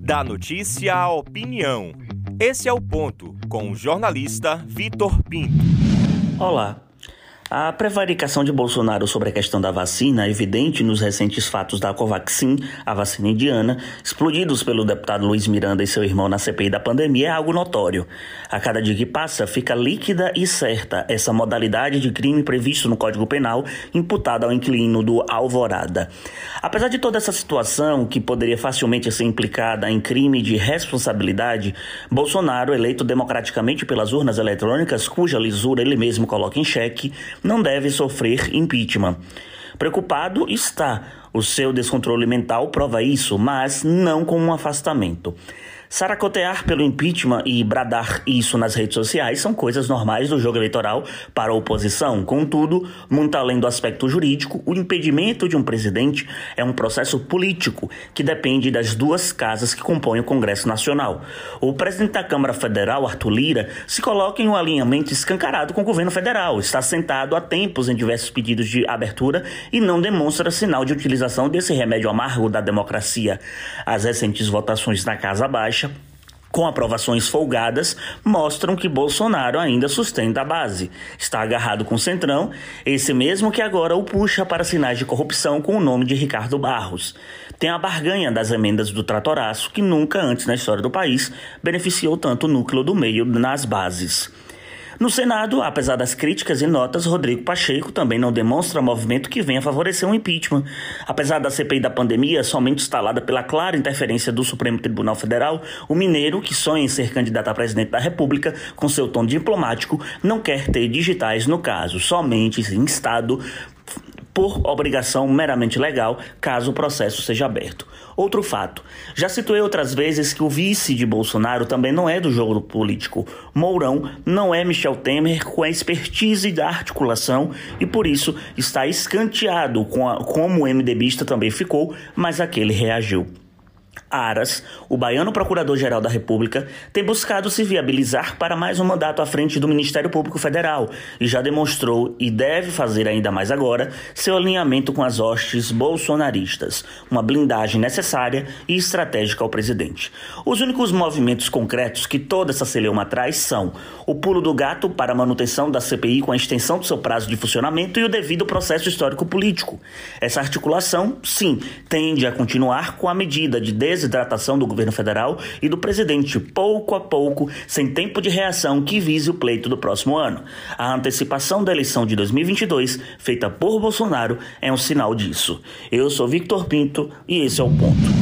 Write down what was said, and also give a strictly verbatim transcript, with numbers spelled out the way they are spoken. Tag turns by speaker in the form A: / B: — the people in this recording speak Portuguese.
A: Da notícia à opinião. Esse é o ponto, com o jornalista Vitor Pinto.
B: Olá. A prevaricação de Bolsonaro sobre a questão da vacina é evidente nos recentes fatos da Covaxin, a vacina indiana, explodidos pelo deputado Luiz Miranda e seu irmão na C P I da pandemia, é algo notório. A cada dia que passa, fica líquida e certa essa modalidade de crime previsto no Código Penal, imputada ao inquilino do Alvorada. Apesar de toda essa situação, que poderia facilmente ser implicada em crime de responsabilidade, Bolsonaro, eleito democraticamente pelas urnas eletrônicas, cuja lisura ele mesmo coloca em xeque, não deve sofrer impeachment. Preocupado está. O seu descontrole mental prova isso, mas não com um afastamento. Saracotear pelo impeachment e bradar isso nas redes sociais são coisas normais do jogo eleitoral para a oposição. Contudo, muito além do aspecto jurídico, o impedimento de um presidente é um processo político que depende das duas casas que compõem o Congresso Nacional. O presidente da Câmara Federal, Arthur Lira, se coloca em um alinhamento escancarado com o governo federal. Está sentado há tempos em diversos pedidos de abertura e não demonstra sinal de utilização desse remédio amargo da democracia. As recentes votações na Casa Baixa, com aprovações folgadas, mostram que Bolsonaro ainda sustenta a base. Está agarrado com o Centrão, esse mesmo que agora o puxa para sinais de corrupção com o nome de Ricardo Barros. Tem a barganha das emendas do tratoraço, que nunca antes na história do país beneficiou tanto o núcleo do meio nas bases. No Senado, apesar das críticas e notas, Rodrigo Pacheco também não demonstra movimento que venha favorecer um impeachment. Apesar da C P I da pandemia somente instalada pela clara interferência do Supremo Tribunal Federal, o mineiro, que sonha em ser candidato a presidente da República, com seu tom diplomático, não quer ter digitais no caso, somente em estado por obrigação meramente legal, caso o processo seja aberto. Outro fato. Já situei outras vezes que o vice de Bolsonaro também não é do jogo político. Mourão não é Michel Temer com a expertise da articulação e, por isso, está escanteado com a, como o MDBista também ficou, mas aquele reagiu. Aras, o baiano procurador-geral da República, tem buscado se viabilizar para mais um mandato à frente do Ministério Público Federal e já demonstrou, e deve fazer ainda mais agora, seu alinhamento com as hostes bolsonaristas, uma blindagem necessária e estratégica ao presidente. Os únicos movimentos concretos que toda essa celeuma traz são o pulo do gato para a manutenção da C P I com a extensão do seu prazo de funcionamento e o devido processo histórico-político. Essa articulação, sim, tende a continuar com a medida de desidratação do governo federal e do presidente, pouco a pouco, sem tempo de reação que vise o pleito do próximo ano. A antecipação da eleição de dois mil e vinte e dois, feita por Bolsonaro, é um sinal disso. Eu sou Victor Pinto e esse é o ponto.